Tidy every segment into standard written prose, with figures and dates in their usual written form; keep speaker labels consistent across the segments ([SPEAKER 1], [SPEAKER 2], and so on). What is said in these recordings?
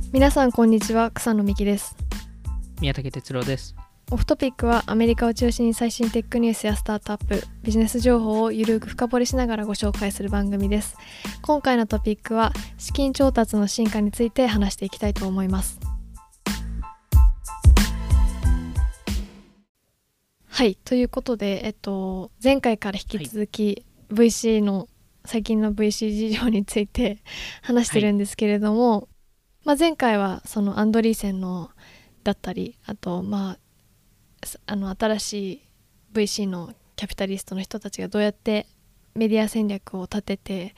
[SPEAKER 1] 皆さんこんにちは、草野美希です。
[SPEAKER 2] 宮武哲郎です。
[SPEAKER 1] オフトピックはアメリカを中心に最新テックニュースやスタートアップ、ビジネス情報をゆるく深掘りしながらご紹介する番組です。今回のトピックは資金調達の進化について話していきたいと思います。はい、ということで、前回から引き続き VC の最近の VC 事情について話してるんですけれども、前回はそのアンドリーセンのだったり、あと新しい VC のキャピタリストの人たちがどうやってメディア戦略を立てて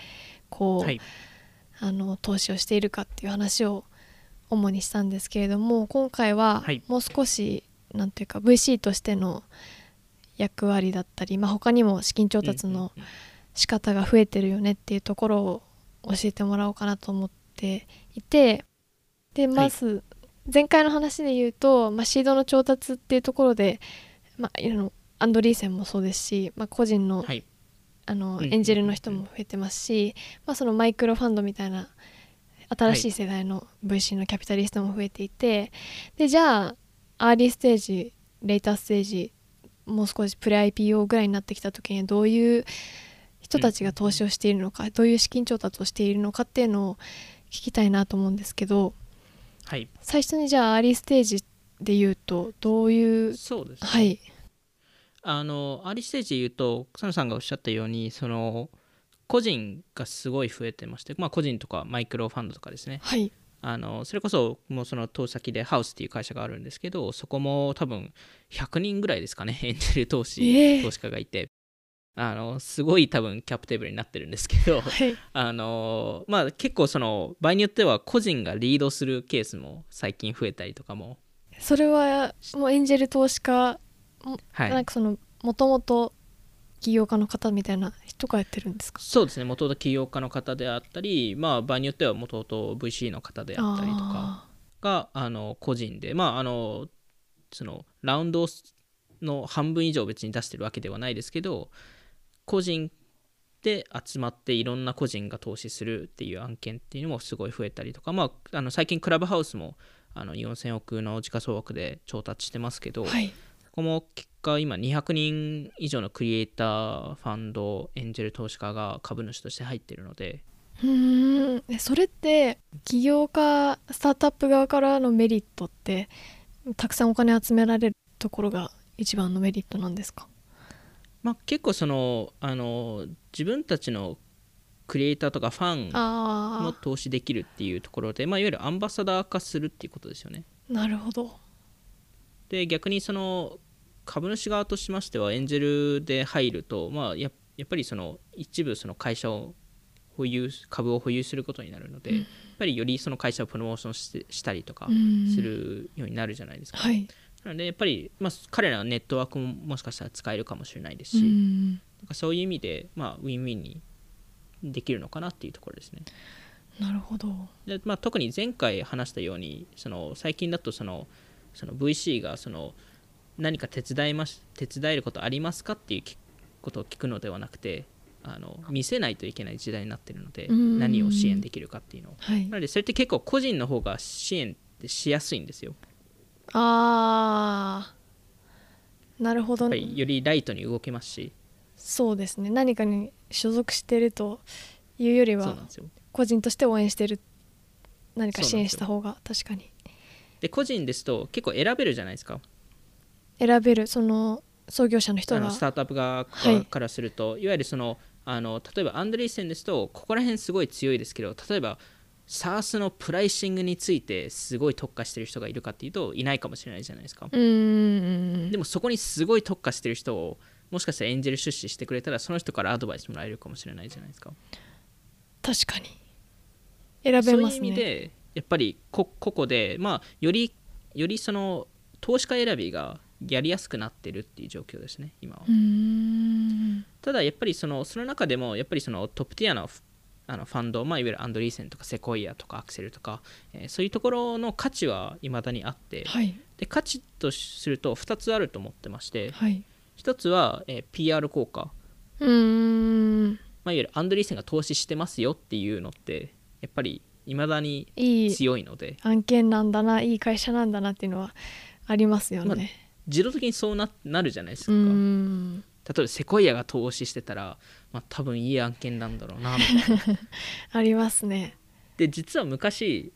[SPEAKER 1] 投資をしているかっていう話を主にしたんですけれども、今回はもう少しなんていうか VC としての役割だったり、他にも資金調達の仕方が増えてるよねっていうところを教えてもらおうかなと思っていて、でまず前回の話で言うと、シードの調達っていうところで、アンドリーセンもそうですし、個人の、エンジェルの人も増えてますし、そのマイクロファンドみたいな新しい世代の VC のキャピタリストも増えていて、でじゃあアーリーステージ、レイターステージ、もう少しプレ IPO ぐらいになってきた時にどういう人たちが投資をしているのか、どういう資金調達をしているのかっていうのを聞きたいなと思うんですけど、最初にじゃあアーリーステージで言うとどういう。
[SPEAKER 2] そうですね、アーリーステージで言うと草野さんがおっしゃったように、その個人がすごい増えてまして、個人とかマイクロファンドとかですね、それこそもうその投資先でハウスっていう会社があるんですけど、そこも多分100人ぐらいですかね、エンジェル投資家がいて、すごい多分キャップテーブルになってるんですけど、結構その場合によっては個人がリードするケースも最近増えたりとかも。
[SPEAKER 1] それはもうエンジェル投資家、なんかそのもともと起業家の方みたいな人がやってるんですか？
[SPEAKER 2] そうですね、もともと起業家の方であったり、場合によってはもともと VC の方であったりとかが個人で、そのラウンドの半分以上別に出してるわけではないですけど、個人で集まっていろんな個人が投資するっていう案件っていうのもすごい増えたりとか、最近クラブハウスも4000億の時価総額で調達してますけど、ここも結果今200人以上のクリエイター、ファンド、エンジェル投資家が株主として入っているので。
[SPEAKER 1] それって起業家、スタートアップ側からのメリットって、たくさんお金集められるところが一番のメリットなんですか？
[SPEAKER 2] 結構その自分たちのクリエイターとかファンも投資できるっていうところで、いわゆるアンバサダー化するっていうことですよね。
[SPEAKER 1] なるほど。
[SPEAKER 2] で逆にその株主側としましてはエンジェルで入ると、やっぱりその一部その会社を株を保有することになるので、やっぱりよりその会社をプロモーションしたりとかするようになるじゃないですか。なのでやっぱり、彼らのネットワークももしかしたら使えるかもしれないですし、そういう意味で、ウィンウィンにできるのかなっていうところですね。
[SPEAKER 1] なるほど。
[SPEAKER 2] で、特に前回話したように、その最近だとその VC がその何か手伝えることありますかっていうことを聞くのではなくて、見せないといけない時代になっているので、何を支援できるかっていうのを、なのでそれって結構個人の方が支援ってしやすいんですよ。
[SPEAKER 1] なるほど。
[SPEAKER 2] やっぱりよりライトに動けますし。
[SPEAKER 1] そうですね、何かに所属してるというよりは個人として応援してる、何か支援した方が確かに。
[SPEAKER 2] で個人ですと結構選べるじゃないですか。
[SPEAKER 1] 選べる、その創業者の人が
[SPEAKER 2] スタートアップ側からすると、いわゆるその例えばアンドリーセンですとここら辺すごい強いですけど、例えば SaaS のプライシングについてすごい特化してる人がいるかっていうといないかもしれないじゃないですか。でもそこにすごい特化してる人をもしかしたらエンジェル出資してくれたら、その人からアドバイスもらえるかもしれないじゃないですか。
[SPEAKER 1] 確かに選べますね。
[SPEAKER 2] そういう意味でやっぱり個々で、よりその投資家選びがやりやすくなってるっていう状況ですね、今は。ただやっぱりその中でもやっぱりそのトップティアのファンド、いわゆるアンドリーセンとかセコイアとかアクセルとか、そういうところの価値は未だにあって、で価値とすると2つあると思ってまして、1つは、PR 効果。いわゆるアンドリーセンが投資してますよっていうのってやっぱり未だに強いので、
[SPEAKER 1] 案件なんだな、いい会社なんだなっていうのはありますよね、
[SPEAKER 2] まあ、自動的にそう なるじゃないですか。例えばセコイアが投資してたら、多分いい案件なんだろうなみたいな
[SPEAKER 1] ありますね。
[SPEAKER 2] で実は昔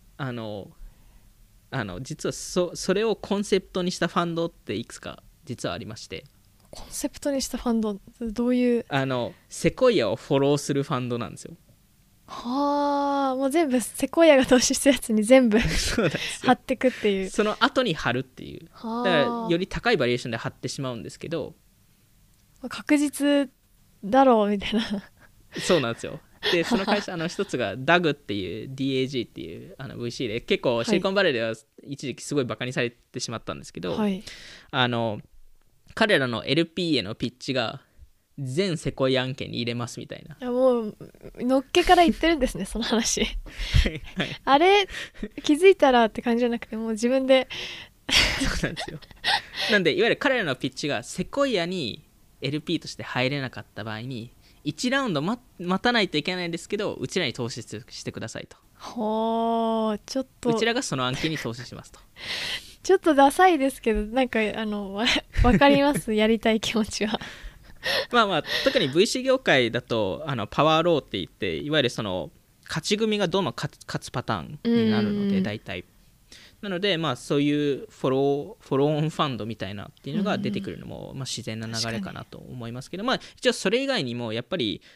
[SPEAKER 2] 実はそれをコンセプトにしたファンドっていくつか実はありまして。
[SPEAKER 1] コンセプトにしたファンド、どういう？
[SPEAKER 2] セコイアをフォローするファンドなんですよ。
[SPEAKER 1] はあ、もう全部セコイアが投資したやつに全部貼ってくっていう。
[SPEAKER 2] その後に貼るっていう。だからより高いバリエーションで貼ってしまうんですけど、
[SPEAKER 1] 確実だろうみたいな。
[SPEAKER 2] そうなんですよ。でその会社一つが DAG っていう DAG っていうVC で結構シリコンバレーでは一時期すごいバカにされてしまったんですけど、
[SPEAKER 1] はい、
[SPEAKER 2] 彼らの LP へのピッチが全セコイ案件に入れますみたいな。
[SPEAKER 1] いやもうのっけから言ってるんですねその話はい、あれ気づいたらって感じじゃなくてもう自分で
[SPEAKER 2] そうなんですよ。なんでいわゆる彼らのピッチがセコイアに LP として入れなかった場合に1ラウンド 待たないといけないんですけど、うちらに投資してくださいと。
[SPEAKER 1] ほー、ちょっと
[SPEAKER 2] うちらがその案件に投資しますと。
[SPEAKER 1] ちょっとダサいですけどなんかわかりますやりたい気持ちは
[SPEAKER 2] 特に VC 業界だとパワーローって言っていわゆるその勝ち組がどんどん勝つパターンになるので大体なのでそういうフォローオンファンドみたいなっていうのが出てくるのも自然な流れかなと思いますけど、一応それ以外にもやっぱり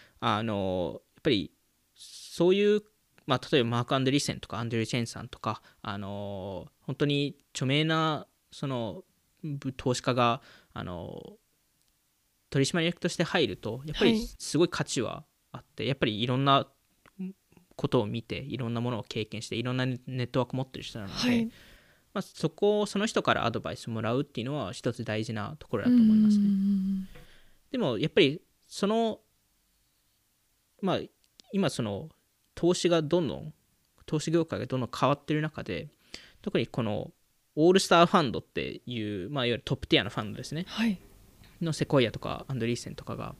[SPEAKER 2] そういう例えばマーク・アンドリーセンとかアンドリュー・チェンさんとか本当に著名なその投資家が取締役として入るとやっぱりすごい価値はあって、やっぱりいろんなことを見ていろんなものを経験していろんなネットワーク持ってる人なので、その人からアドバイスもらうっていうのは一つ大事なところだと思いますね。でもやっぱり今その投資業界がどんどん変わってる中で特にこのオールスターファンドっていう、いわゆるトップティアのファンドですね、のセコイアとかアンドリーセンとかが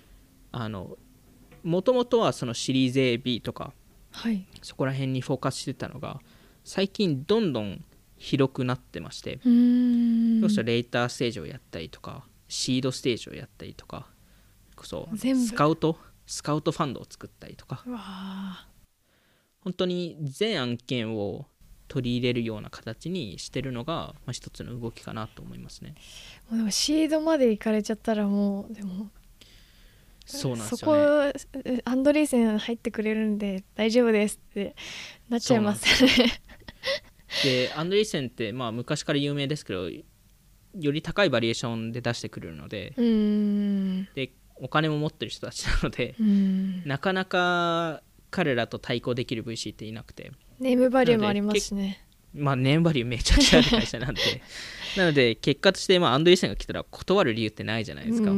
[SPEAKER 2] もともとはそのシリーズ A、B とか、そこら辺にフォーカスしてたのが最近どんどん広くなってまして、要するにレイターステージをやったりとかシードステージをやったりとかスカウトファンドを作ったりとか、本当に全案件を取り入れるような形にしてるのが、一つの動きかなと思いますね。
[SPEAKER 1] でもシードまで行かれちゃったらもうでも
[SPEAKER 2] そうなんですよね。
[SPEAKER 1] そこアンドリーセン入ってくれるんで大丈夫ですってなっちゃいますよね。
[SPEAKER 2] でアンドリーセンって昔から有名ですけどより高いバリエーションで出してくれるので、でお金も持ってる人たちなので、なかなか彼らと対抗できる VC っていなくて、
[SPEAKER 1] ネームバリューもありますしね。
[SPEAKER 2] ネームバリューめちゃくちゃある会社なんでなので結果としてアンドリーセンが来たら断る理由ってないじゃないですか。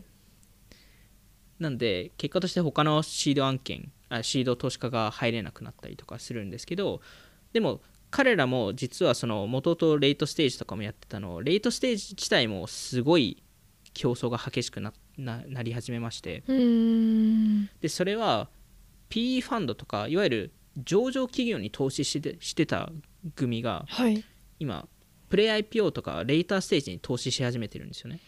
[SPEAKER 2] なんで結果として他のシード投資家が入れなくなったりとかするんですけど、でも彼らも実はその元々レイトステージとかもやってたの、レイトステージ自体もすごい競争が激しく なり始めまして、でそれは PE ファンドとかいわゆる上場企業に投資してた組が、今プレイ IPO とかレイターステージに投資し始めてるんですよね。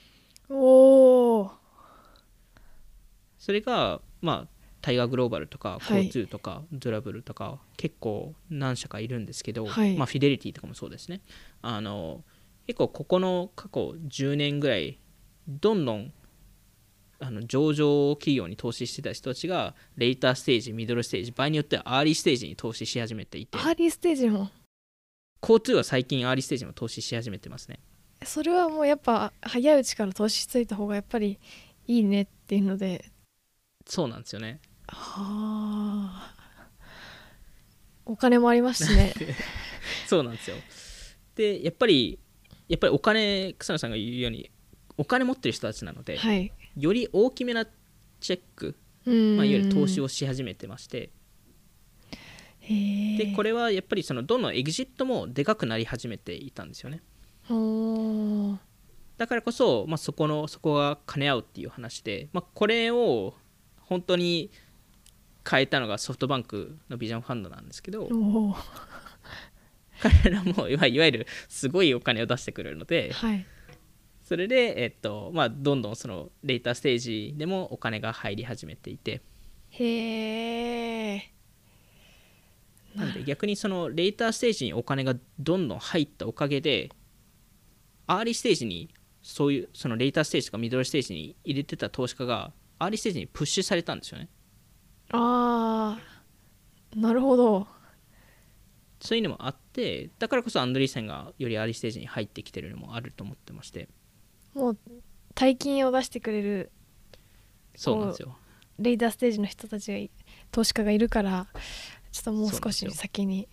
[SPEAKER 2] それがタイガーグローバルとか交通とかドラブルとか結構何社かいるんですけど、フィデリティとかもそうですね。結構ここの過去10年ぐらいどんどん上場企業に投資してた人たちがレイターステージ、ミドルステージ、場合によってはアーリーステージに投資し始めていて、
[SPEAKER 1] アーリーステージも
[SPEAKER 2] 交通は最近アーリーステージも投資し始めてますね。
[SPEAKER 1] それはもうやっぱ早いうちから投資しといた方がやっぱりいいねっていうので。
[SPEAKER 2] そうなんですよね。
[SPEAKER 1] お金もありますしね
[SPEAKER 2] そうなんですよ。でやっぱりお金、草野さんが言うようにお金持ってる人たちなので、より大きめなチェック、いわゆる投資をし始めてまして、でこれはやっぱりどんどんエグジットもでかくなり始めていたんですよね。だからこそ、そこが兼ね合うっていう話で、これを本当に変えたのがソフトバンクのビジョンファンドなんですけど、
[SPEAKER 1] お
[SPEAKER 2] 彼らもいわゆるすごいお金を出してくれるので、
[SPEAKER 1] はい、
[SPEAKER 2] それで、まあ、どんどんそのレーターステージでもお金が入り始めていて、
[SPEAKER 1] へえ。
[SPEAKER 2] なんで逆にそのレーターステージにお金がどんどん入ったおかげで、アーリーステージにそういうそのレーターステージとかミドルステージに入れてた投資家がアーリーステージにプッシュされたんですよね。
[SPEAKER 1] ああ、なるほど。
[SPEAKER 2] そういうのもあって、だからこそアンドリーセンがよりアーリーステージに入ってきてるのもあると思ってまして。
[SPEAKER 1] もう大金を出してくれる、
[SPEAKER 2] そうなんですよ。
[SPEAKER 1] レーダーステージの人たちが投資家がいるから、ちょっともう少し先に。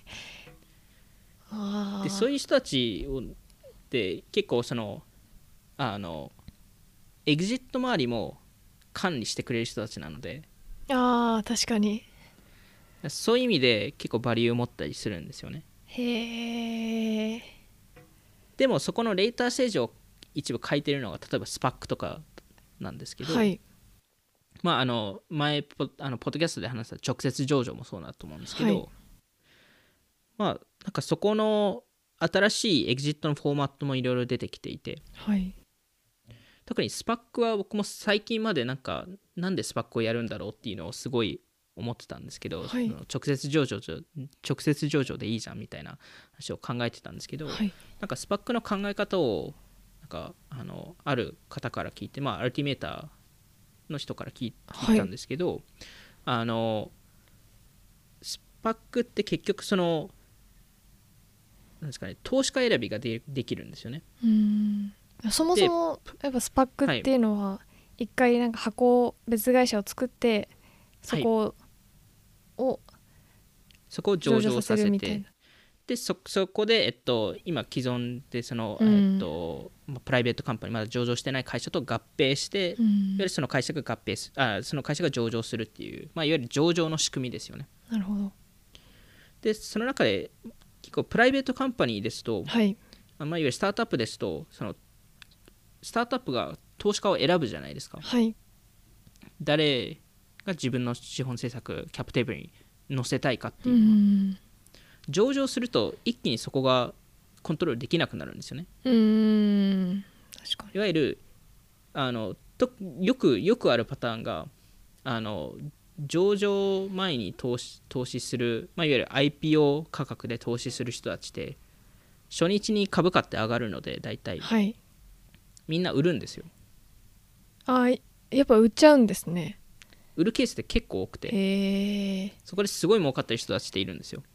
[SPEAKER 2] でそういう人たちをで結構そのエグジット周りも管理してくれる人たちなので、
[SPEAKER 1] ああ、確かに。
[SPEAKER 2] そういう意味で結構バリューを持ったりするんですよね。
[SPEAKER 1] へえ。
[SPEAKER 2] でもそこのレーターステージを一部書いてるのが例えばスパックとかなんですけど、
[SPEAKER 1] はい、
[SPEAKER 2] まあ前ポッドキャストで話した直接上場もそうだと思うんですけど、
[SPEAKER 1] はい、
[SPEAKER 2] まあなんかそこの新しいエグジットのフォーマットもいろいろ出てきていて、
[SPEAKER 1] はい、
[SPEAKER 2] 特にスパックは僕も最近までなんでスパックをやるんだろうっていうのをすごい思ってたんですけど、
[SPEAKER 1] はい、
[SPEAKER 2] 直接上場でいいじゃんみたいな話を考えてたんですけど、
[SPEAKER 1] はい、
[SPEAKER 2] なんかスパックの考え方をなんかある方から聞いて、まあアルティメーターの人から聞いたんですけど、スパックって結局そのなんですかね、投資家選びができるんですよね。
[SPEAKER 1] そもそもやっぱスパックっていうのは一回なんか別会社を作ってそこを
[SPEAKER 2] 上場させて、でそこで、今既存でその、プライベートカンパニーまだ上場してない会社と合併して、いわゆるその会社がその会社が上場するっていう、まあ、いわゆる上場の仕組みですよね。
[SPEAKER 1] なるほど。
[SPEAKER 2] でその中で結構プライベートカンパニーですと、
[SPEAKER 1] はい、
[SPEAKER 2] いわゆるスタートアップですと、そのスタートアップが投資家を選ぶじゃないですか。
[SPEAKER 1] はい、
[SPEAKER 2] 誰が自分の資本政策キャップテーブルに載せたいかっていうのは、上場すると一気にそこがコントロールできなくなるんですよね。
[SPEAKER 1] 確かに。
[SPEAKER 2] いわゆるよくあるパターンが上場前に投資する、いわゆる IPO 価格で投資する人たちって初日に株価って上がるので大体、
[SPEAKER 1] はい、
[SPEAKER 2] みんな売るんですよ。
[SPEAKER 1] やっぱ売っちゃうんですね。
[SPEAKER 2] 売るケースって結構多くて、そこですごい儲かってる人たちっているんですよ。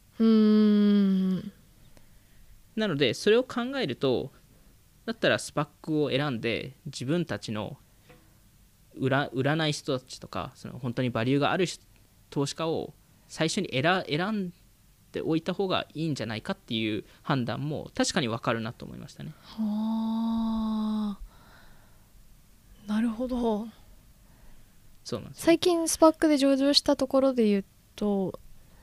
[SPEAKER 2] なのでそれを考えると、だったらスパックを選んで自分たちの売らない人たちとか、その本当にバリューがある投資家を最初に選んでおいた方がいいんじゃないかっていう判断も確かに分かるなと思いましたね。
[SPEAKER 1] はあ、なるほど。
[SPEAKER 2] そうなんですよ。
[SPEAKER 1] 最近スパックで上場したところで言うと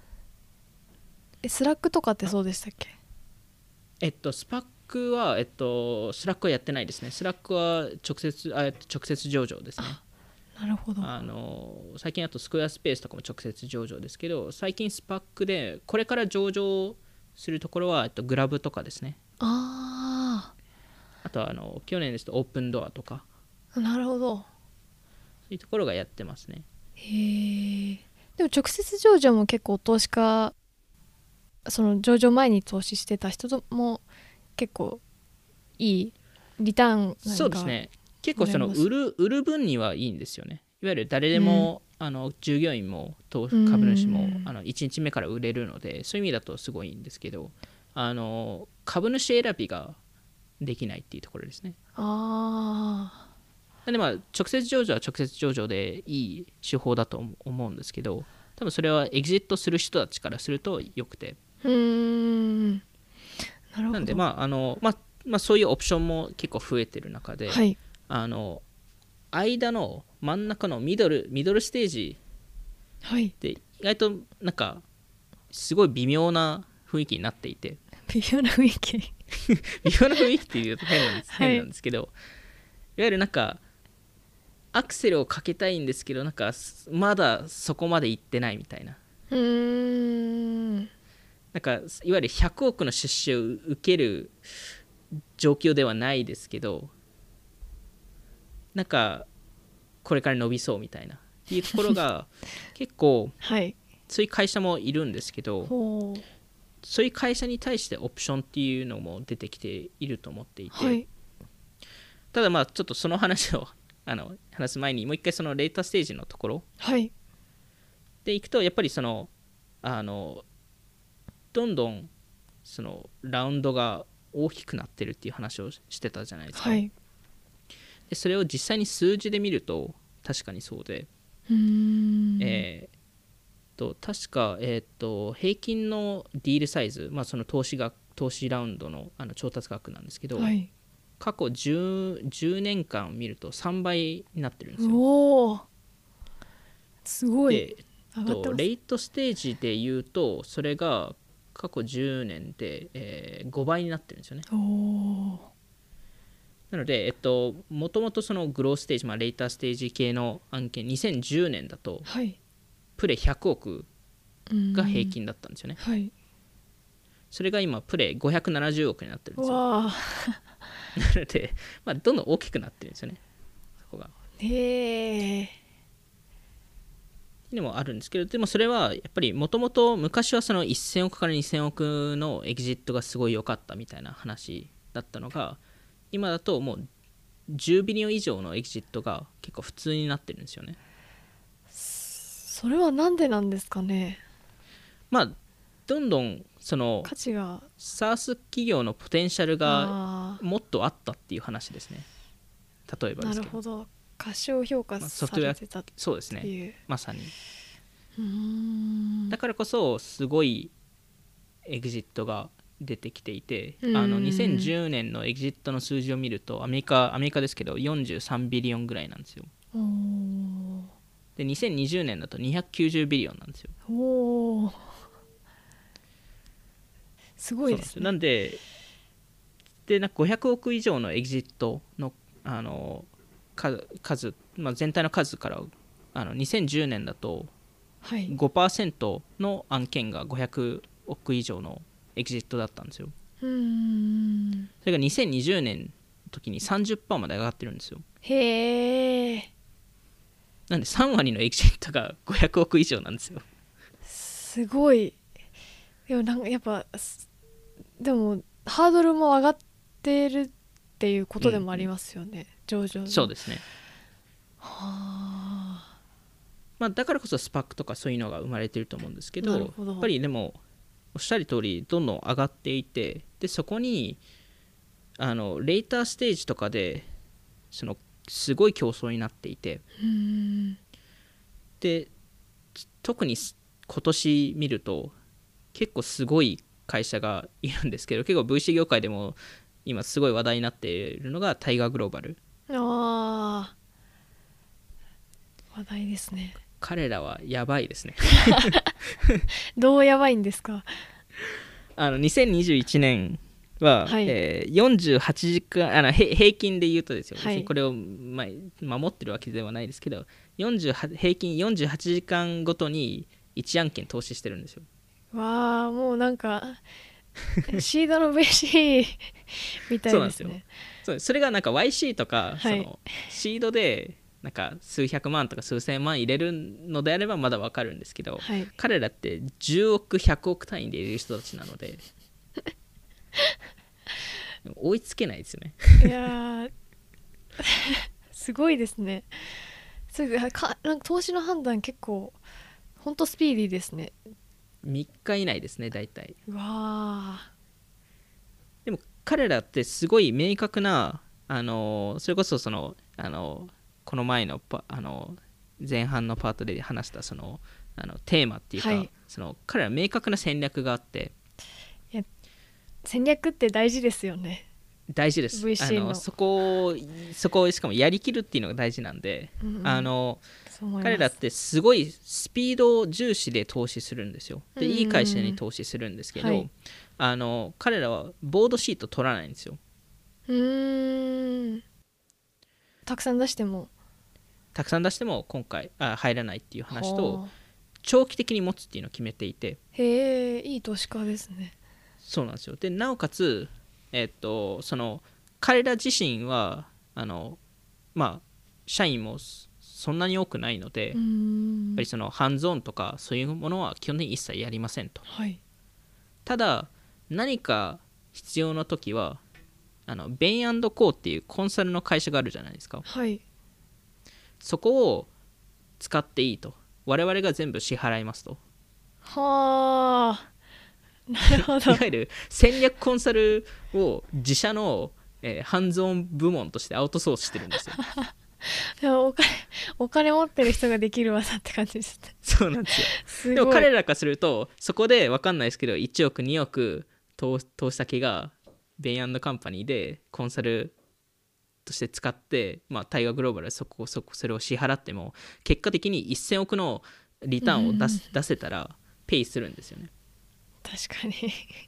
[SPEAKER 1] スラックとかってそうでしたっけ？
[SPEAKER 2] スパックは、スラックはやってないですね。スラックは直接上場ですね。
[SPEAKER 1] なるほど。
[SPEAKER 2] 最近あとスクエアスペースとかも直接上場ですけど、最近スパックでこれから上場するところは、グラブとかですね。あとは去年ですとオープンドアとか。
[SPEAKER 1] なるほど。
[SPEAKER 2] そういうところがやってますね。
[SPEAKER 1] へえ。でも直接上場も結構投資家、その上場前に投資してた人も結構いいリターンなんか。
[SPEAKER 2] そうですね。結構その売る分にはいいんですよね。いわゆる誰でも、従業員も株主も1日目から売れるので、そういう意味だとすごいいいんですけど、株主選びができないっていうところですね。で直接上場は直接上場でいい手法だと思うんですけど、多分それはエグジットする人たちからするとよくて、
[SPEAKER 1] なるほど。
[SPEAKER 2] なんでそういうオプションも結構増えてる中で、はい、間の真ん中のミドルステージで意外となんかすごい微妙な雰囲気になっていて、
[SPEAKER 1] 微妙な雰囲気微
[SPEAKER 2] 妙な雰囲気っていうと変なんですけど、いわゆるなんかアクセルをかけたいんですけどなんかまだそこまで行ってないみたいな。なんかいわゆる100億の出資を受ける状況ではないですけど、なんかこれから伸びそうみたいなっていうところが結構、はい、そういう会社もいるんですけど、そういう会社に対してオプションっていうのも出てきていると思っていて、はい、ただまあちょっとその話を話す前にもう一回そのレーターステージのところ、はい、でいくとやっぱりそのどんどんそのラウンドが大きくなってるっていう話をしてたじゃないですか、はい、でそれを実際に数字で見ると確かにそうで、確か、平均のディールサイズ、まあ、その投資ラウンドの、調達額なんですけど、はい、過去 10年間見ると3倍になってるんですよ。おー、すごい。で、レイトステージで言うとそれが過去10年で、5倍になってるんですよね。なので、もともとそのグローステージ、まあ、レイターステージ系の案件2010年だと、はい、プレ100億が平均だったんですよね、はい、それが今プレ570億になってるんですよ。なので、まあ、どんどん大きくなってるんですよね、そこが。へえ。でもあるんですけど、でもそれはやっぱりもともと昔はその1000億から2000億のエグジットがすごい良かったみたいな話だったのが、今だともう10ビリオン以上のエグジットが結構普通になってるんですよね。
[SPEAKER 1] それはなんでなんですかね。
[SPEAKER 2] まあどんどんその
[SPEAKER 1] 価値が
[SPEAKER 2] SaaS 企業のポテンシャルがもっとあったっていう話ですね。例えばですけど。なるほど。過小評価されてたっていう。そうですね。まさに。だからこそすごいエグジットが出てきていて、2010年のエグジットの数字を見るとアメリカですけど43ビリオンぐらいなんですよ。で2020年だと290ビリオンなんですよ。おー、すごいですね。なんでなんか500億以上のエグジットの、数、まあ、全体の数から2010年だと 5% の案件が500億以上のエグジットだったんですよ。それが2020年の時に 30% まで上がってるんですよ。へえ。なんで3割のエグジットが500億以上なんですよ。すごい。でもなんかやっぱでもハードルも上がってるっていうことでもありますよね、上場の。そうですね。はあ。まあだからこそスパックとかそういうのが生まれてると思うんですけど、やっぱりでもおっしゃる通りどんどん上がっていて、でそこにレイターステージとかですごい競争になっていて、で特に今年見ると結構すごい会社がいるんですけど、結構 VC 業界でも今すごい話題になっているのがタイガーグローバル。ああ、話題ですね。彼らはやばいですね。どうやばいんですか。2021年は、はい、48時間平均で言うとですよ、はい、これを、守ってるわけではないですけど平均48時間ごとに1案件投資してるんですよ。わあ、もうなんかシードの VC みたいですね。そうなんですよ。それがなんか YC とか、はい、そのシードでなんか数百万とか数千万入れるのであればまだわかるんですけど、はい、彼らって10億100億単位で入れる人たちなので追いつけないですよね。いやすごいですね。なんか投資の判断結構ほんとスピーディーですね。3日以内ですね、大体。うわでも彼らってすごい明確なそれこそそのこの前の前半のパートで話したそのテーマっていうか、はい、その彼ら明確な戦略があって、いや戦略って大事ですよね。大事です。VC のそこをしかもやりきるっていうのが大事なんで、彼らってすごいスピード重視で投資するんですよ。でいい会社に投資するんですけど、はい、彼らはボードシート取らないんですよ。たくさん出してもたくさん出しても今回入らないっていう話と、長期的に持つっていうのを決めていて。
[SPEAKER 1] へえ、いい投資家ですね。
[SPEAKER 2] そうなんですよ。でなおかつ、その彼ら自身はまあ社員もそんなに多くないので、やっぱりそのハンズオンとかそういうものは基本的に一切やりませんと。
[SPEAKER 1] はい、
[SPEAKER 2] ただ何か必要な時はベイン&コーっていうコンサルの会社があるじゃないですか。
[SPEAKER 1] はい、
[SPEAKER 2] そこを使っていいと、我々が全部支払いますと。
[SPEAKER 1] はあ、なるほど。
[SPEAKER 2] いわゆる戦略コンサルを自社の、ハンズオン部門としてアウトソースしてるんですよ。
[SPEAKER 1] でもお金持ってる人ができる技って感じですね。
[SPEAKER 2] そうなんですよ。
[SPEAKER 1] すごい。
[SPEAKER 2] でも彼らからするとそこで分かんないですけど1億2億投資先がベイン&カンパニーでコンサルとして使って、タイガーグローバルでそれを支払っても結果的に1000億のリターンを出せたらペイするんですよね。
[SPEAKER 1] 確かに。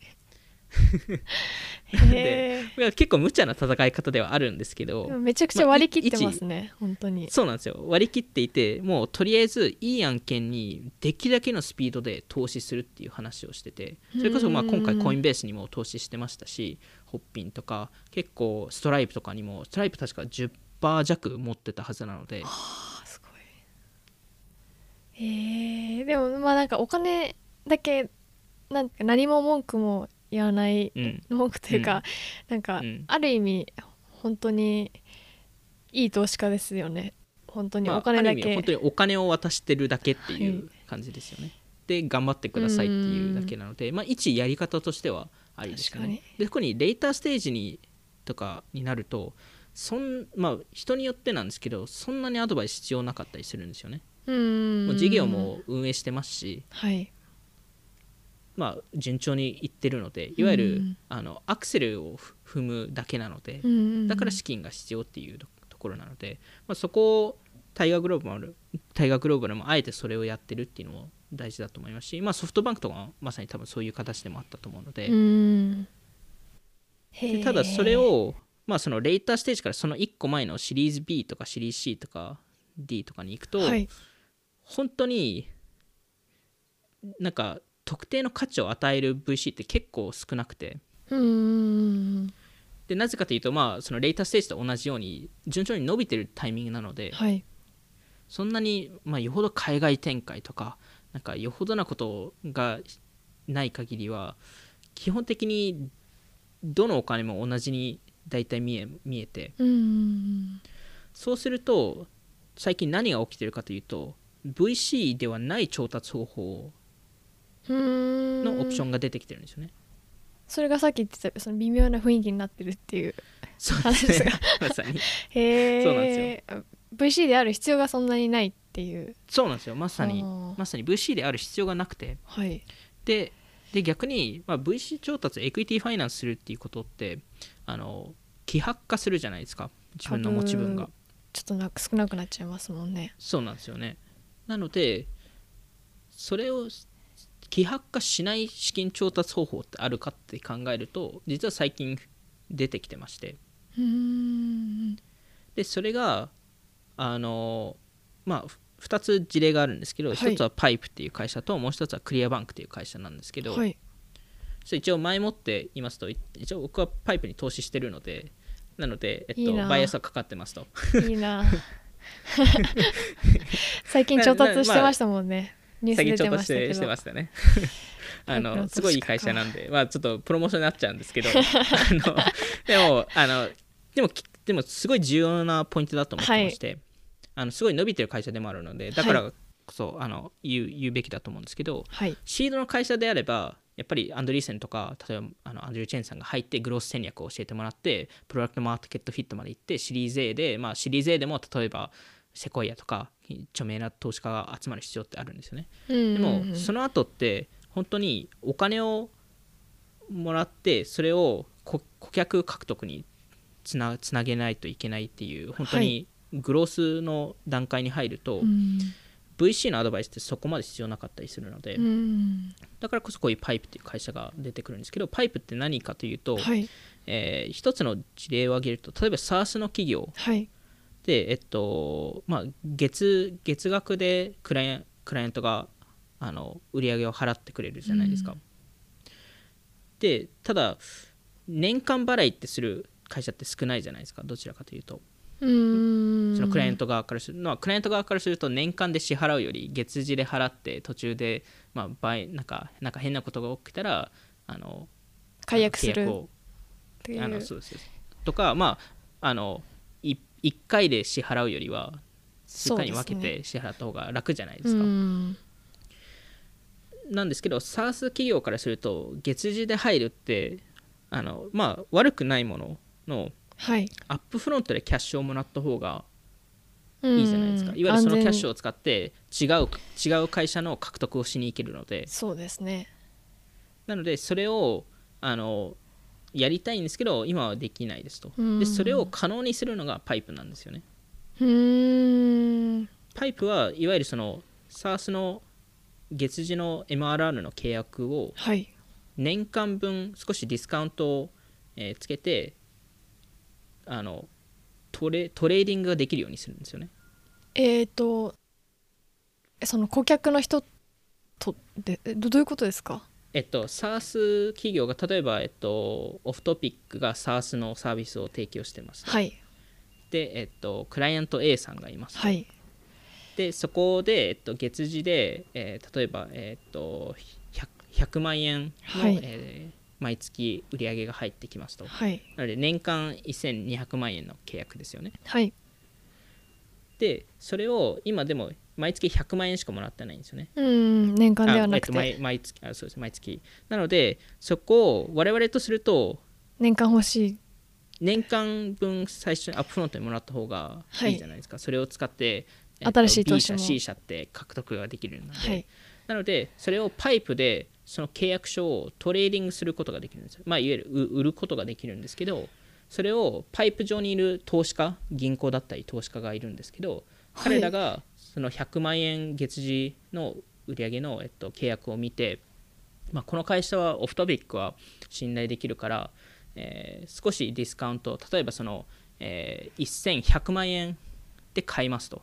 [SPEAKER 2] で結構無茶な戦い方ではあるんですけど、
[SPEAKER 1] めちゃくちゃ割り切ってますね、本当に。
[SPEAKER 2] そうなんですよ。割り切っていて、もうとりあえずいい案件にできるだけのスピードで投資するっていう話をしてて、それこそ今回コインベースにも投資してましたし、ホッピンとか結構ストライプとかにも、ストライプ確か 10% 弱持ってたはずなので。
[SPEAKER 1] はあ、すごい。でもなんかお金だけなんか何も文句も言わない、文句というか、なんか、ある意味本当にいい投資家ですよね。本当にお金だけ、
[SPEAKER 2] ある意味本当にお金を渡してるだけっていう感じですよね。はい、で頑張ってくださいっていうだけなので、一やり方としてはありですよね。で特にレーターステージにとかになると人によってなんですけど、そんなにアドバイス必要なかったりするんですよね。もう事業も運営してますし、
[SPEAKER 1] はい、
[SPEAKER 2] 順調にいってるので、いわゆるアクセルを踏むだけなので、だから資金が必要っていうところなので、そこをタイガーグローバルもあえてそれをやってるっていうのも大事だと思いますし、ソフトバンクとかもまさに多分そういう形でもあったと思うので、でただそれを、そのレーターステージからその1個前のシリーズ B とかシリーズ C とか D とかに行くと、はい、本当になんか特定の価値を与える VC って結構少なくて、でなぜかというと、そのレーターステージと同じように順調に伸びてるタイミングなので、はい、そんなに、よほど海外展開とかなんかよほどなことがない限りは基本的にどのお金も同じに大体見えて、そうすると最近何が起きてるかというと VC ではない調達方法のオプションが出てきてるんですよね。
[SPEAKER 1] それがさっき言ってたその微妙な雰囲気になってるっていう話ですが、
[SPEAKER 2] まさに
[SPEAKER 1] そうなんですよ。VC である必要がそんなにないっていう。
[SPEAKER 2] そうなんですよ。まさに VC である必要がなくて、
[SPEAKER 1] はい、
[SPEAKER 2] で逆に、VC 調達エクイティファイナンスするっていうことって希薄化するじゃないですか、自分の持ち分が
[SPEAKER 1] ちょっと少なくなっちゃいますもんね。
[SPEAKER 2] そうなんですよね。なのでそれを希薄化しない資金調達方法ってあるかって考えると実は最近出てきてまして、でそれが2つ事例があるんですけど、1つはパイプっていう会社ともう1つはクリアバンクっていう会社なんですけど、一応前もって言いますと、一応僕はパイプに投資してるので、なので、バイアスはかかってますと。
[SPEAKER 1] いいな最近調達してましたもんね。ニュース出てましたけど。
[SPEAKER 2] してましたねすごいいい会社なんで、ちょっとプロモーションになっちゃうんですけどでもすごい重要なポイントだと思ってまして、すごい伸びてる会社でもあるので、だからこそ、言うべきだと思うんですけど、シードの会社であればやっぱりアンドリーセンとか例えばアンドリュー・チェンさんが入ってグロース戦略を教えてもらってプロダクトマーケットフィットまで行ってシリーズ A で、シリーズ A でも例えばセコイアとか著名な投資家が集まる必要ってあるんですよね。でもその後って本当にお金をもらってそれを顧客獲得につなげないといけないっていう本当にグロースの段階に入ると、VC のアドバイスってそこまで必要なかったりするので、だからこそこういうパイプっていう会社が出てくるんですけど、パイプって何かというと、一つの事例を挙げると例えば SaaS の企業でまあ月額でクライアントが売り上げを払ってくれるじゃないですか、でただ年間払いってする会社って少ないじゃないですか、どちらかというと。そのクライアント側からすると年間で支払うより月次で払って、途中で、まあ、なんか変なことが起きたら
[SPEAKER 1] 解約する
[SPEAKER 2] っていうそうですとか、まあ1回で支払うよりは数回に分けて支払った方が楽じゃないですか。なんですけど SaaS 企業からすると月次で入るってまあ悪くないものの、はい、アップフロントでキャッシュをもらった方がいいじゃないですか。いわゆるそのキャッシュを使って違う会社の獲得をしに行けるので。
[SPEAKER 1] そうですね。
[SPEAKER 2] なのでそれをやりたいんですけど今はできないですと。でそれを可能にするのがパイプなんですよね。パイプはいわゆるその SaaS の月次の MRR の契約を年間分少しディスカウントをつけてトレーディングができるようにするんですよね。
[SPEAKER 1] その顧客の人とでどういうことですか
[SPEAKER 2] ？SaaS 企業が例えば、オフトピックが SaaS のサービスを提供してます、
[SPEAKER 1] はい、
[SPEAKER 2] で、クライアント A さんがいます、
[SPEAKER 1] はい、
[SPEAKER 2] でそこで、月次で、例えば、100万円の、はい、毎月売り上げが入ってきますと、はい、なので年間1200万円の契約ですよね、はい、でそれを今でも毎月100万円しかもらってないんですよね。
[SPEAKER 1] 年間ではなくて
[SPEAKER 2] 毎月そうです、毎月なのでそこを我々とすると
[SPEAKER 1] 年間欲しい、
[SPEAKER 2] 年間分最初にアップフロントにもらった方がいいじゃないですか、はい、それを使って、
[SPEAKER 1] 新しい投資も
[SPEAKER 2] B 社 C 社って獲得ができるので、
[SPEAKER 1] はい、
[SPEAKER 2] なのでそれをパイプでその契約書をトレーディングすることができるんですよ、まあ、いわゆる売ることができるんですけど、それをパイプ上にいる投資家、銀行だったり投資家がいるんですけど、彼らがその100万円月次の売り上げの、契約を見て、まあ、この会社はオフトピックは信頼できるから、少しディスカウント、例えばその、1100万円で買いますと。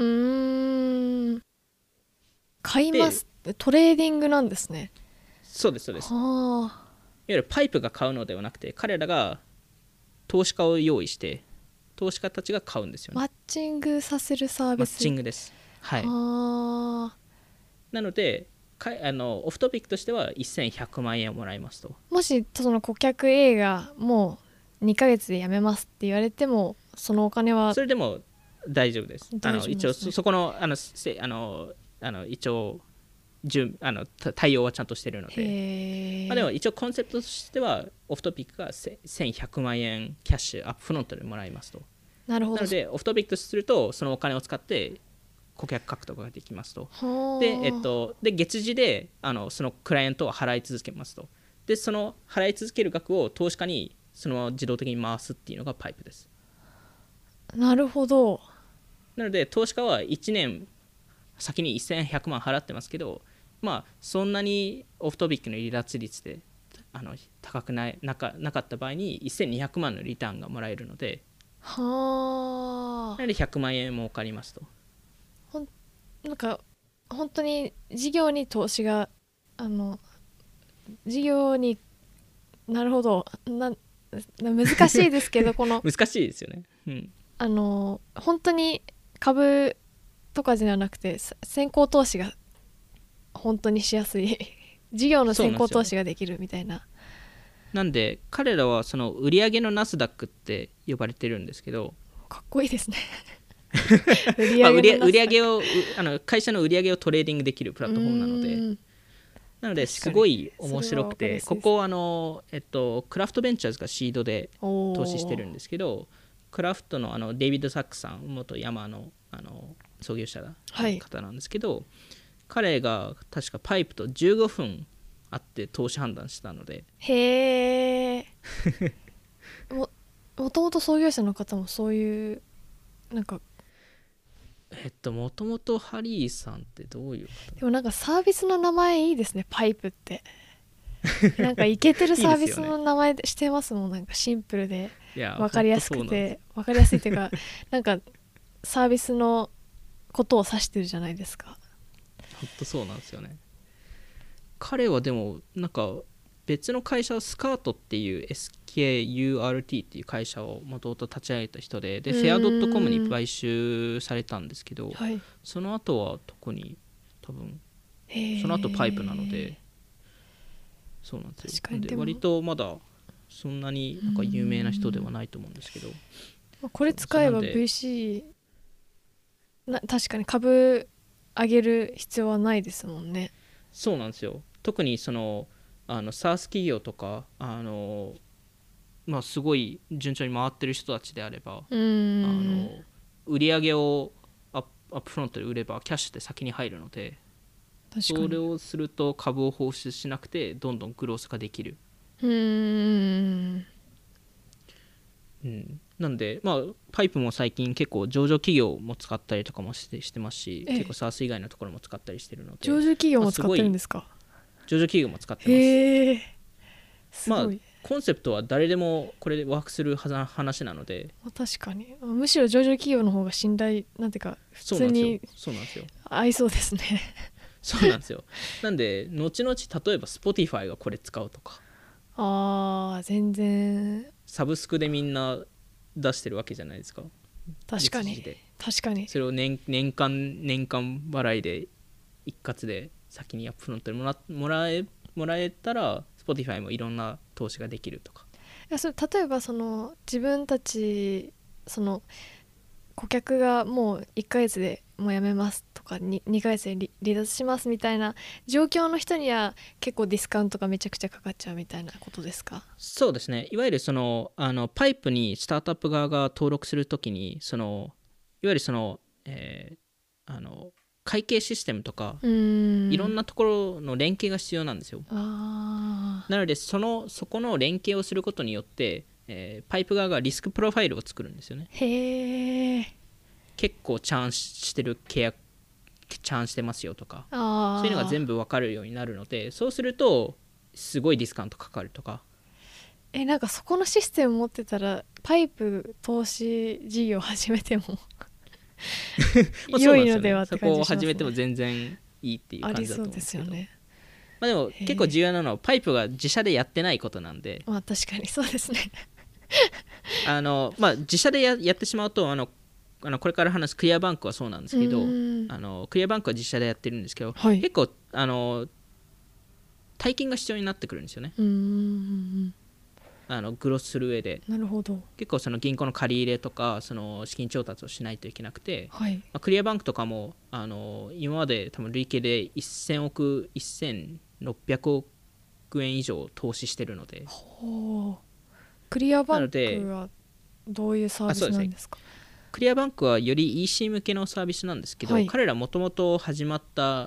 [SPEAKER 1] 買います、トレーディングなんですね。
[SPEAKER 2] そうですそうです。いわゆるパイプが買うのではなくて、彼らが投資家を用意して投資家たちが買うんですよね。
[SPEAKER 1] マッチングさせるサービス。
[SPEAKER 2] マッチングです。はい。なのでオフトピックとしては1100万円をもらいますと。
[SPEAKER 1] もしその顧客 A がもう2ヶ月で辞めますって言われても、そのお金は
[SPEAKER 2] それでも大丈夫です。一応そこの一応対応はちゃんとしてるので、まあ、でも一応コンセプトとしてはオフトピックが1100万円キャッシュアップフロントでもらいますと。
[SPEAKER 1] なるほど。
[SPEAKER 2] なのでオフトピックとするとそのお金を使って顧客獲得ができますと。で月次でそのクライアントを払い続けますと。でその払い続ける額を投資家にそのまま自動的に回すっていうのがパイプです。
[SPEAKER 1] なるほど。
[SPEAKER 2] なので投資家は1年先に1100万払ってますけど、まあそんなにオフトピックの離脱率で高くなかった場合に1200万のリターンがもらえるので、なので100万円儲かりますと。
[SPEAKER 1] なんか本当に事業に投資が事業になるほど難しいですけどこの
[SPEAKER 2] 難しいですよね、
[SPEAKER 1] 本当に株とかじゃなくて先行投資が本当にしやすい事業の先行投資ができるみたいな。
[SPEAKER 2] なんで彼らはその売上のナスダックって呼ばれてるんですけど、
[SPEAKER 1] かっこいいですね
[SPEAKER 2] 売上を会社の売上をトレーディングできるプラットフォームなのですごい面白くて、ここクラフトベンチャーズがシードで投資してるんですけど、クラフトのデイビッド・サックさん、元ヤマの創業者の方なんですけど、彼が確かパイプと15分あって投資判断したので。
[SPEAKER 1] へえもともと創業者の方もそういうなんか
[SPEAKER 2] もともとハリーさんってどういう方？
[SPEAKER 1] でもなんかサービスの名前いいですね、パイプってなんかイケてるサービスの名前してますもん。なんかシンプルで分かりやすくて分かりやすいっていうかなんかサービスのことを指してるじゃないですか。
[SPEAKER 2] ほんとそうなんですよね。彼はでもなんか別の会社、スカートっていう SKURT っていう会社をもともと立ち上げた人で、フェア .com に買収されたんですけど、
[SPEAKER 1] はい、
[SPEAKER 2] その後は特に多分その後パイプなので、そうなんですよ。なんで割とまだそんなになんか有名な人ではないと思うんですけど、
[SPEAKER 1] これ使えば VC 確かに株上げる必要はないですもんね。
[SPEAKER 2] そうなんですよ。特にそのSaaS 企業とかまあ、すごい順調に回ってる人たちであれば、売り上げをアップフロントで売ればキャッシュで先に入るので、それをすると株を放出しなくてどんどんグロースができる。なんで、まあ、パイプも最近結構上場企業も使ったりとかもしてますし、結構 SaaS 以外のところも使ったりしてるので。
[SPEAKER 1] 上場企業も使ってるんですか？
[SPEAKER 2] 上場企業も使ってます。
[SPEAKER 1] へー、すごい。
[SPEAKER 2] まあコンセプトは誰でもこれでワークする話なので、
[SPEAKER 1] 確かにむしろ上場企業の方が信頼なんていうか普通に合いそうですね。
[SPEAKER 2] そうなんですよ。なんで後々例えば Spotify がこれ使うとか、
[SPEAKER 1] 全然
[SPEAKER 2] サブスクでみんな出してるわけじゃないですか。
[SPEAKER 1] 確かに確かに。
[SPEAKER 2] それを年間払いで一括で先にアップフロントでもらえたら Spotify もいろんな投資ができるとか。
[SPEAKER 1] それ例えばその自分たちその顧客がもう1ヶ月でもう辞めますとか 2ヶ月で離脱しますみたいな状況の人には結構ディスカウントがめちゃくちゃかかっちゃうみたいなことですか？
[SPEAKER 2] そうですね。いわゆるそのパイプにスタートアップ側が登録するときにいわゆるその、会計システムとかいろんなところの連携が必要なんですよ。なのでそこの連携をすることによって、パイプ側がリスクプロファイルを作るんですよね。
[SPEAKER 1] へー、
[SPEAKER 2] 結構チャンしてる契約チャンしてますよとか、そういうのが全部分かるようになるので、そうするとすごいディスカウントかかるとか。
[SPEAKER 1] なんかそこのシステム持ってたらパイプ投資事業始めても良いのではって感じしますね。
[SPEAKER 2] そこを始めても全然いいっていう感じだと思うんですけど。ありそうですよね。まあ、でも結構重要なのはパイプが自社でやってないことなんで、
[SPEAKER 1] まあ確かにそうですね
[SPEAKER 2] まあ、自社でやってしまうとこれから話すクリアバンクはそうなんですけど、クリアバンクは自社でやってるんですけど、はい、結構大金が必要になってくるんですよね。グロスする上で。
[SPEAKER 1] なるほど。
[SPEAKER 2] 結構その銀行の借り入れとかその資金調達をしないといけなくて、
[SPEAKER 1] はい、
[SPEAKER 2] クリアバンクとかも今まで多分累計で1600億円以上投資してるので。
[SPEAKER 1] クリアバンクはどういうサービスなんですか？
[SPEAKER 2] クリアバンクはより EC 向けのサービスなんですけど、はい、彼らもともと始まった、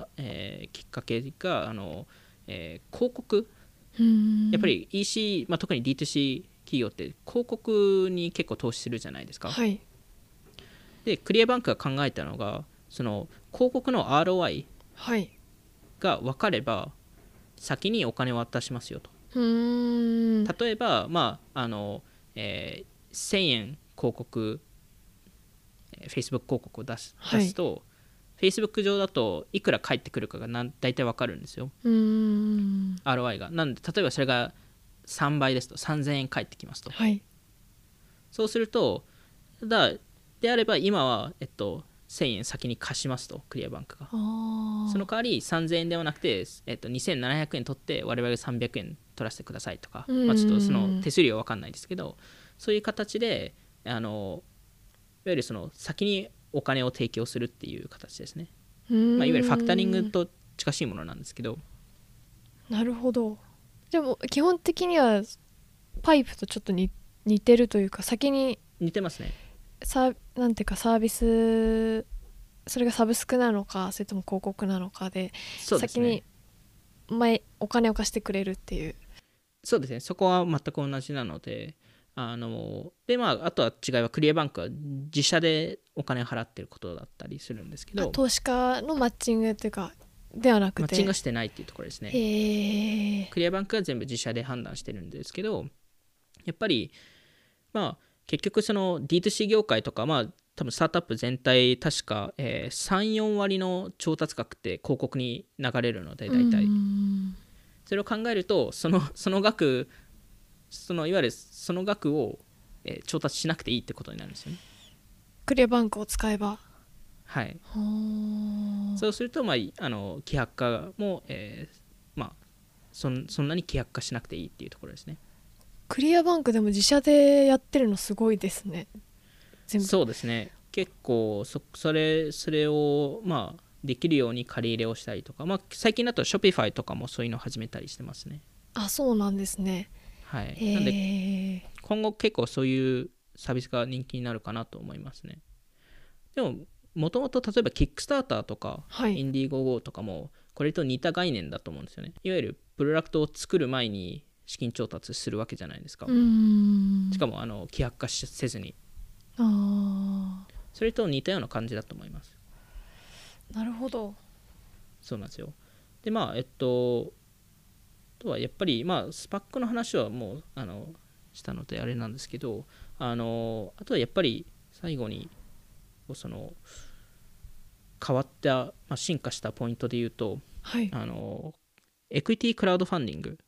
[SPEAKER 2] きっかけが広告。やっぱり EC、特に D2C 企業って広告に結構投資するじゃないですか。
[SPEAKER 1] はい、
[SPEAKER 2] でクリアバンクが考えたのがその広告の ROI が分かれば先にお金を渡しますよと。例えば、1000円広告Facebook 広告を出すと、Facebook 上だといくら返ってくるかが大体分かるんですよ。ROI が。なんで例えばそれが3倍ですと3000円返ってきますと。はい、そうするとであれば今は、1000円先に貸しますとクリアバンクが。その代わり3000円ではなくて、2700円取って我々が300円取らせてくださいとか、ちょっとその手数料は分かんないですけど、そういう形でいわゆるその先にお金を提供するっていう形ですね。いわゆるファクタリングと近しいものなんですけど。
[SPEAKER 1] なるほど。でも基本的にはパイプとちょっと似てるというか、先に
[SPEAKER 2] 似てますね。
[SPEAKER 1] なんていうかサービス、それがサブスクなのかそれとも広告なのかで、先にお金を貸してくれるっていう。
[SPEAKER 2] そうですね。そこは全く同じなので、あとは違いはクリアバンクは自社でお金を払ってることだったりするんですけど、
[SPEAKER 1] 投資家のマッチングというかではなくて
[SPEAKER 2] マッチングしてないっていうところですね。クリアバンクは全部自社で判断してるんですけど、やっぱり結局その D2C 業界とか、 多分スタートアップ全体確か、3,4 割の調達額って広告に流れるので、大体それを考えるとその額、いわゆるその額を、調達しなくていいってことになるんですよね。
[SPEAKER 1] クリアバンクを使えば。
[SPEAKER 2] はい。そうすると、規約化も、そんなに規約化しなくていいっていうところですね。
[SPEAKER 1] クリアバンクでも自社でやってるのすごいですね。全部。
[SPEAKER 2] そうですね。結構それをできるように借り入れをしたりとか、最近だと Shopify とかもそういうのを始めたりしてますね。
[SPEAKER 1] あ、そうなんですね。
[SPEAKER 2] はい。なんで今後結構そういうサービスが人気になるかなと思いますね。でももともと例えば Kickstarter とか、
[SPEAKER 1] はい、
[SPEAKER 2] Indiegogo とかもこれと似た概念だと思うんですよね。いわゆるプロダクトを作る前に資金調達するわけじゃないですか。しかも規約化せずに。それと似たような感じだと思います。
[SPEAKER 1] なるほど。
[SPEAKER 2] そうなんですよ。でとはやっぱりスパックの話はもうしたのであれなんですけど、あとはやっぱり最後に変わった、進化したポイントで言うと、
[SPEAKER 1] はい、
[SPEAKER 2] エクイティクラウドファンディング。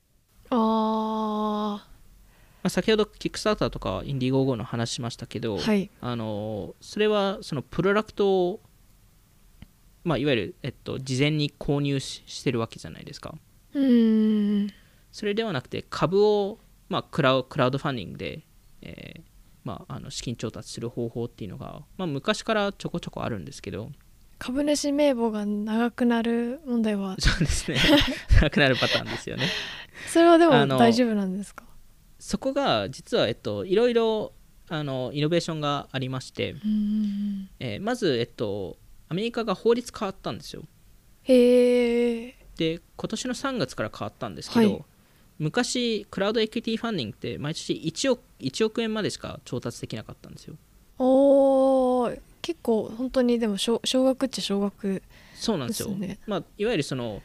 [SPEAKER 2] 先ほどキックスターターとかインディゴーゴーの話しましたけど、
[SPEAKER 1] はい、
[SPEAKER 2] それはそのプロダクトを、いわゆる、事前に購入してるわけじゃないですか。それではなくて株を、クラウドファンディングで、資金調達する方法っていうのが、昔からちょこちょこあるんですけど、
[SPEAKER 1] 株主名簿が長くなる問題は
[SPEAKER 2] そうですね長くなるパターンですよね。
[SPEAKER 1] それはでも大丈夫なんですか？
[SPEAKER 2] そこが実は、いろいろイノベーションがありまして、まず、アメリカが法律変わったんですよ。
[SPEAKER 1] へえ。
[SPEAKER 2] で今年の3月から変わったんですけど、はい、昔クラウドエクイティファンディングって毎年1億円までしか調達できなかったんですよ。
[SPEAKER 1] 結構本当にでも少額っちゃ少額ですね。
[SPEAKER 2] そうなんですよ。いわゆるその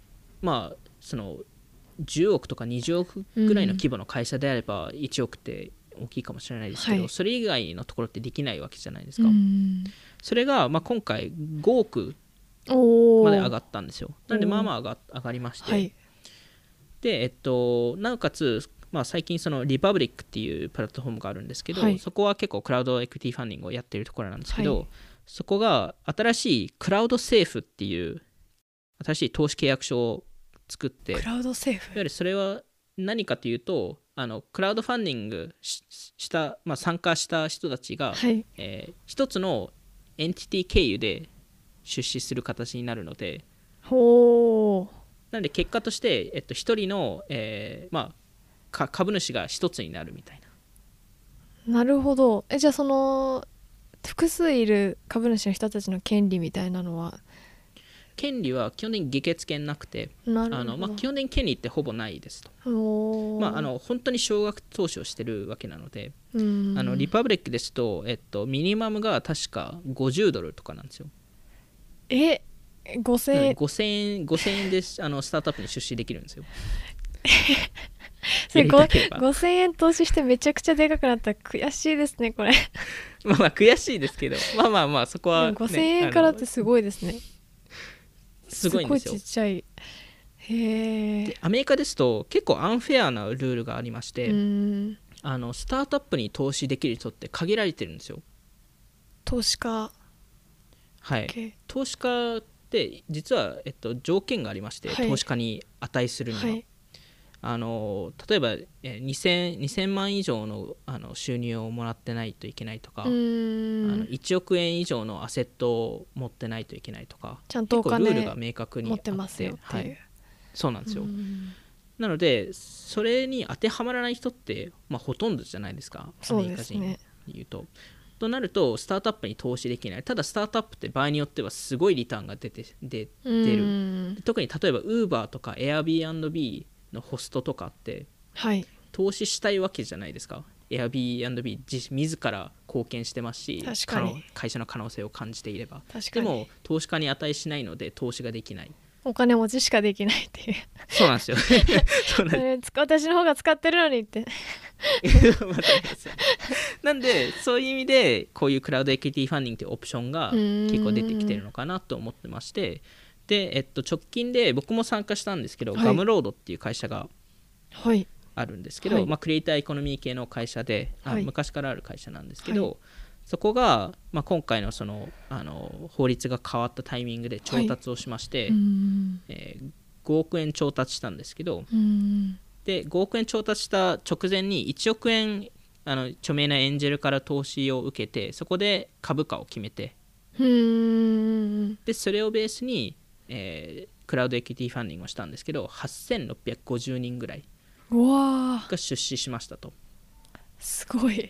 [SPEAKER 2] 10億とか20億ぐらいの規模の会社であれば1億って大きいかもしれないですけど、それ以外のところってできないわけじゃないですか。それが、今回5億まで上がったんですよ。なので上がりまして、でなおかつ、最近そのリパブリックっていうプラットフォームがあるんですけど、そこは結構クラウドエクイティファンディングをやっているところなんですけど、そこが新しいクラウドセーフっていう新しい投資契約書を作って、
[SPEAKER 1] クラウドセーフ、
[SPEAKER 2] いわゆるそれは何かというと、クラウドファンディングした、参加した人たちが、一つのエンティティ経由で出資する形になるので、なので結果として、一人の、株主が一つになるみたい
[SPEAKER 1] な。なるほど。じゃあその複数いる株主の人たちの権利みたいなのは？
[SPEAKER 2] 権利は基本的に議決権なくて、基本的に権利ってほぼないですと。本当に少額投資をしてるわけなので、リパブリックですと、ミニマムが確か50ドルとかなんですよ。5000円でスタートアップに出資できるんですよ。
[SPEAKER 1] それ5000円投資してめちゃくちゃでかくなったら悔しいですねこれ。
[SPEAKER 2] 悔しいですけど、そこは、
[SPEAKER 1] 5000円からってすごいですね。
[SPEAKER 2] すごいんですよ。
[SPEAKER 1] すごいちっちゃい。
[SPEAKER 2] でアメリカですと結構アンフェアなルールがありまして、スタートアップに投資できる人って限られてるんですよ。
[SPEAKER 1] 投資家、
[SPEAKER 2] はい、投資家って実は、条件がありまして、投資家に値するには、例えば、2000万以上の、収入をもらってないといけないとか、1億円以上のアセットを持ってないといけないとか、
[SPEAKER 1] ちゃんとお金
[SPEAKER 2] 結構ルールが明確にあって、
[SPEAKER 1] 持ってますよっていう、
[SPEAKER 2] そうなんですよ。なのでそれに当てはまらない人って、ほとんどじゃないですか、アメリカ人に言うと。となるとスタートアップに投資できない。ただスタートアップって場合によってはすごいリターンが出る。特に例えば Uber とか Airbnb のホストとかって、投資したいわけじゃないですか。 Airbnb 自ら貢献してますし、会社の可能性を感じていれば。でも投資家に値しないので投資ができない。
[SPEAKER 1] お金持ちしかできないっていう。
[SPEAKER 2] そうなんですよ。
[SPEAKER 1] 私の方が使ってるのにって。
[SPEAKER 2] なんでそういう意味でこういうクラウドエクイティファンディングというオプションが結構出てきてるのかなと思ってまして、で、直近で僕も参加したんですけど、ガムロードっていう会社があるんですけど、クリエイターエコノミー系の会社で、昔からある会社なんですけど、そこが、今回の法律が変わったタイミングで調達をしまして、5億円調達したんですけど、で5億円調達した直前に1億円著名なエンジェルから投資を受けて、そこで株価を決めて、でそれをベースに、クラウドエクイティファンディングをしたんですけど、8650人ぐらいが出資しましたと。
[SPEAKER 1] すごい。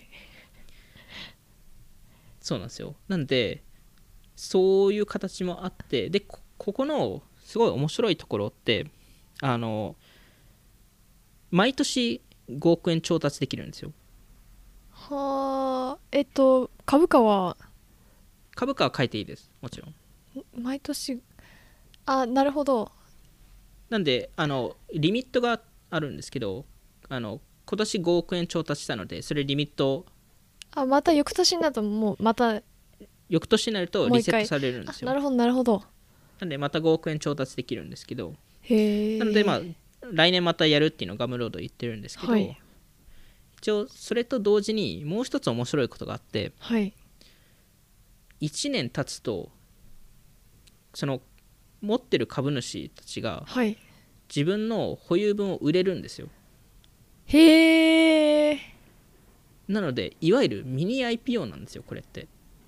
[SPEAKER 2] そうなんですよ。なんでそういう形もあって、でここのすごい面白いところって、毎年5億円調達できるんですよ。
[SPEAKER 1] はあ。株価は
[SPEAKER 2] 書いていいです、もちろん。
[SPEAKER 1] 毎年。あ、なるほど。
[SPEAKER 2] なんでリミットがあるんですけど、今年5億円調達したので、それリミット、
[SPEAKER 1] また翌年になると、もうまた
[SPEAKER 2] 翌年になるとリセットされるんですよ。
[SPEAKER 1] なるほどなるほど。
[SPEAKER 2] なんでまた5億円調達できるんですけど、
[SPEAKER 1] へえ。
[SPEAKER 2] なので来年またやるっていうのをガムロード言ってるんですけど、一応それと同時にもう一つ面白いことがあって、1年経つとその持ってる株主たちが自分の保有分を売れるんですよ。
[SPEAKER 1] へえ。
[SPEAKER 2] なのでいわゆるミニ IPO なんですよ、これって。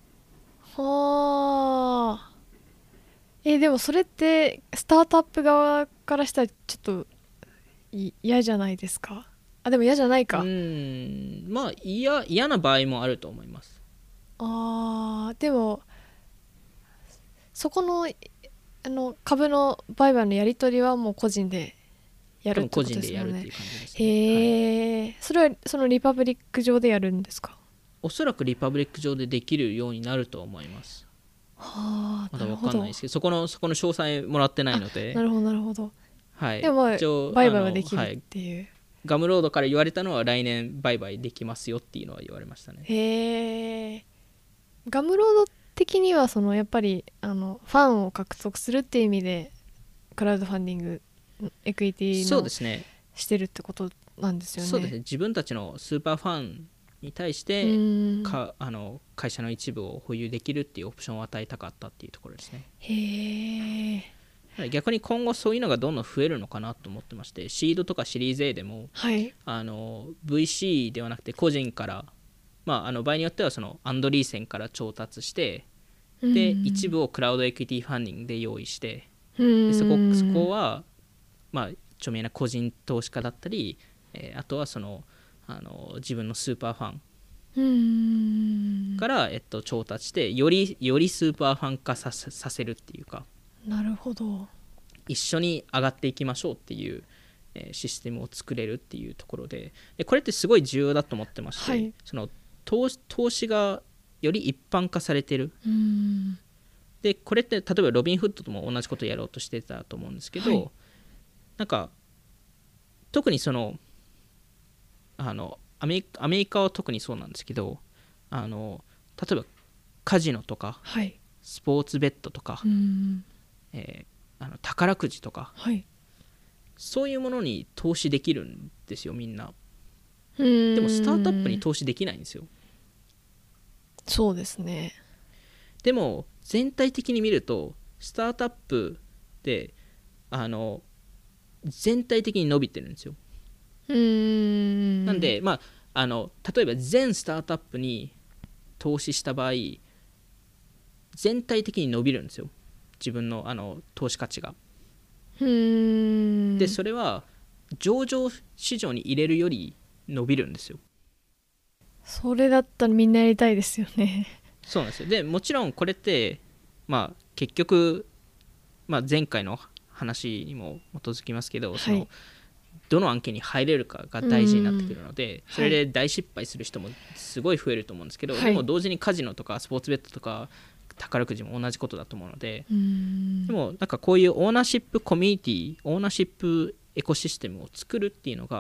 [SPEAKER 1] はあ。でもそれってスタートアップ側からしたらちょっと嫌じゃないですか。でも嫌じゃないか。
[SPEAKER 2] 嫌な場合もあると思います。
[SPEAKER 1] でもそこの株の売買のやり取りはもう個人でやるってことですよね。
[SPEAKER 2] 個人でやるっていう感じです
[SPEAKER 1] ね。へえ。それはそのリパブリック上でやるんですか？
[SPEAKER 2] おそらくリパブリック上でできるようになると思います。まだ分かんないですけど、そこの詳細もらってないので。
[SPEAKER 1] なるほどなるほど。
[SPEAKER 2] はい、
[SPEAKER 1] でも売買はできるっていう、
[SPEAKER 2] ガムロードから言われたのは来年売買できますよっていうのは言われましたね。
[SPEAKER 1] へえ。ガムロード的にはやっぱりファンを獲得するっていう意味でクラウドファンディングエクイティのしてるってことなんですよね。
[SPEAKER 2] そうですね。自分たちのスーパーファンに対して会社の一部を保有できるっていうオプションを与えたかったっていうところですね。
[SPEAKER 1] へえ。
[SPEAKER 2] 逆に今後そういうのがどんどん増えるのかなと思ってまして、シードとかシリーズ A でも、VC ではなくて個人から、場合によってはそのアンドリーセンから調達して、で一部をクラウドエクイティファンディングで用意して、でそこは、著名な個人投資家だったり、あとは自分のスーパーファンから、調達してよりスーパーファン化させるっていうか。
[SPEAKER 1] なるほど。
[SPEAKER 2] 一緒に上がっていきましょうっていう、システムを作れるっていうところで、これってすごい重要だと思ってまして、その投資がより一般化されてる。でこれって例えばロビンフッドとも同じことをやろうとしてたと思うんですけど、なんか特にアメリカは特にそうなんですけど、例えばカジノとか、スポーツベットとか、宝くじとか、そういうものに投資できるんですよ、みんな。でもスタートアップに投資できないんですよ。
[SPEAKER 1] そうですね。
[SPEAKER 2] でも全体的に見るとスタートアップで全体的に伸びてるんですよ。なんで例えば全スタートアップに投資した場合、全体的に伸びるんですよ、自分の投資価値が。でそれは上場市場に入れるより伸びるんですよ。
[SPEAKER 1] それだったらみんなやりたいですよね。
[SPEAKER 2] そうなんですよ。でもちろんこれって結局、前回の話にも基づきますけど、どの案件に入れるかが大事になってくるので、それで大失敗する人もすごい増えると思うんですけど、でも同時にカジノとかスポーツベットとか宝くじも同じことだと思うので、でもなんかこういうオーナーシップコミュニティ、オーナーシップエコシステムを作るっていうのが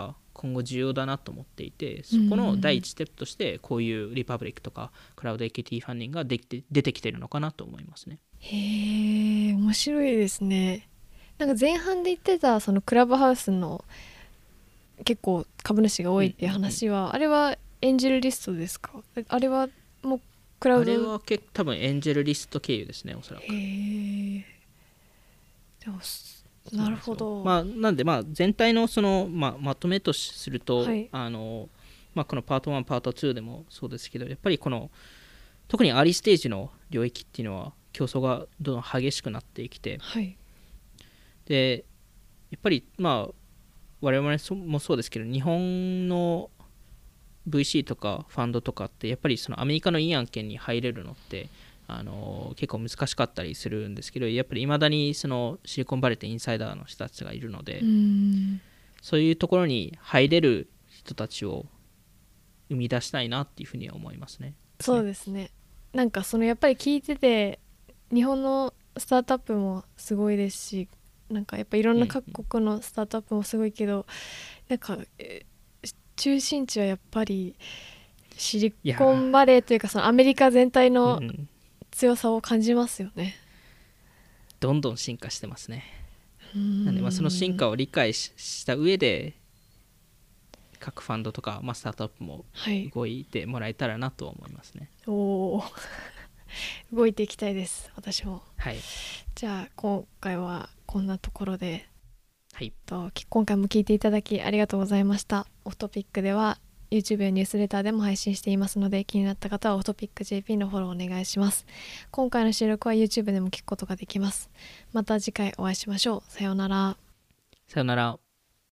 [SPEAKER 2] 今後重要だなと思っていて、そこの第一ステップとしてこういうリパブリックとかクラウドエクイティファンディングが出てきてるのかなと思いますね。
[SPEAKER 1] へえ、面白いですね。なんか前半で言ってたそのクラブハウスの結構株主が多いっていう話は、あれはエンジェルリストですか？あれはもうクラウド、
[SPEAKER 2] あれは多分エンジェルリスト経由ですね、おそらく。
[SPEAKER 1] へえ、でもなるほど。
[SPEAKER 2] なんで全体のその、まとめとすると、
[SPEAKER 1] はい、
[SPEAKER 2] このパート1パート2でもそうですけど、やっぱりこの特にアーリーステージの領域っていうのは競争がどんどん激しくなってきて、
[SPEAKER 1] はい、
[SPEAKER 2] でやっぱり我々もそうですけど、日本の VC とかファンドとかってやっぱりそのアメリカのいい案件に入れるのって結構難しかったりするんですけど、やっぱりいまだにそのシリコンバレーってインサイダーの人たちがいるので、そういうところに入れる人たちを生み出したいなっていうふうには思いますね。
[SPEAKER 1] そうですね。なんかそのやっぱり聞いてて、日本のスタートアップもすごいですし、なんかやっぱいろんな各国のスタートアップもすごいけど、なんか中心地はやっぱりシリコンバレーというか、そのアメリカ全体の強さを感じますよね。
[SPEAKER 2] どんどん進化してますね。なんでその進化を理解した上で各ファンドとか、スタートアップも動いてもらえたらなと思いますね。
[SPEAKER 1] おー動いていきたいです、私も。
[SPEAKER 2] はい、
[SPEAKER 1] じゃあ今回はこんなところで、
[SPEAKER 2] はい、
[SPEAKER 1] 今回も聞いていただきありがとうございました。オフトピックでは YouTube やニュースレターでも配信していますので、気になった方はオフトピック JP のフォローお願いします。今回の収録は YouTube でも聞くことができます。また次回お会いしましょう。さようなら。
[SPEAKER 2] さようなら。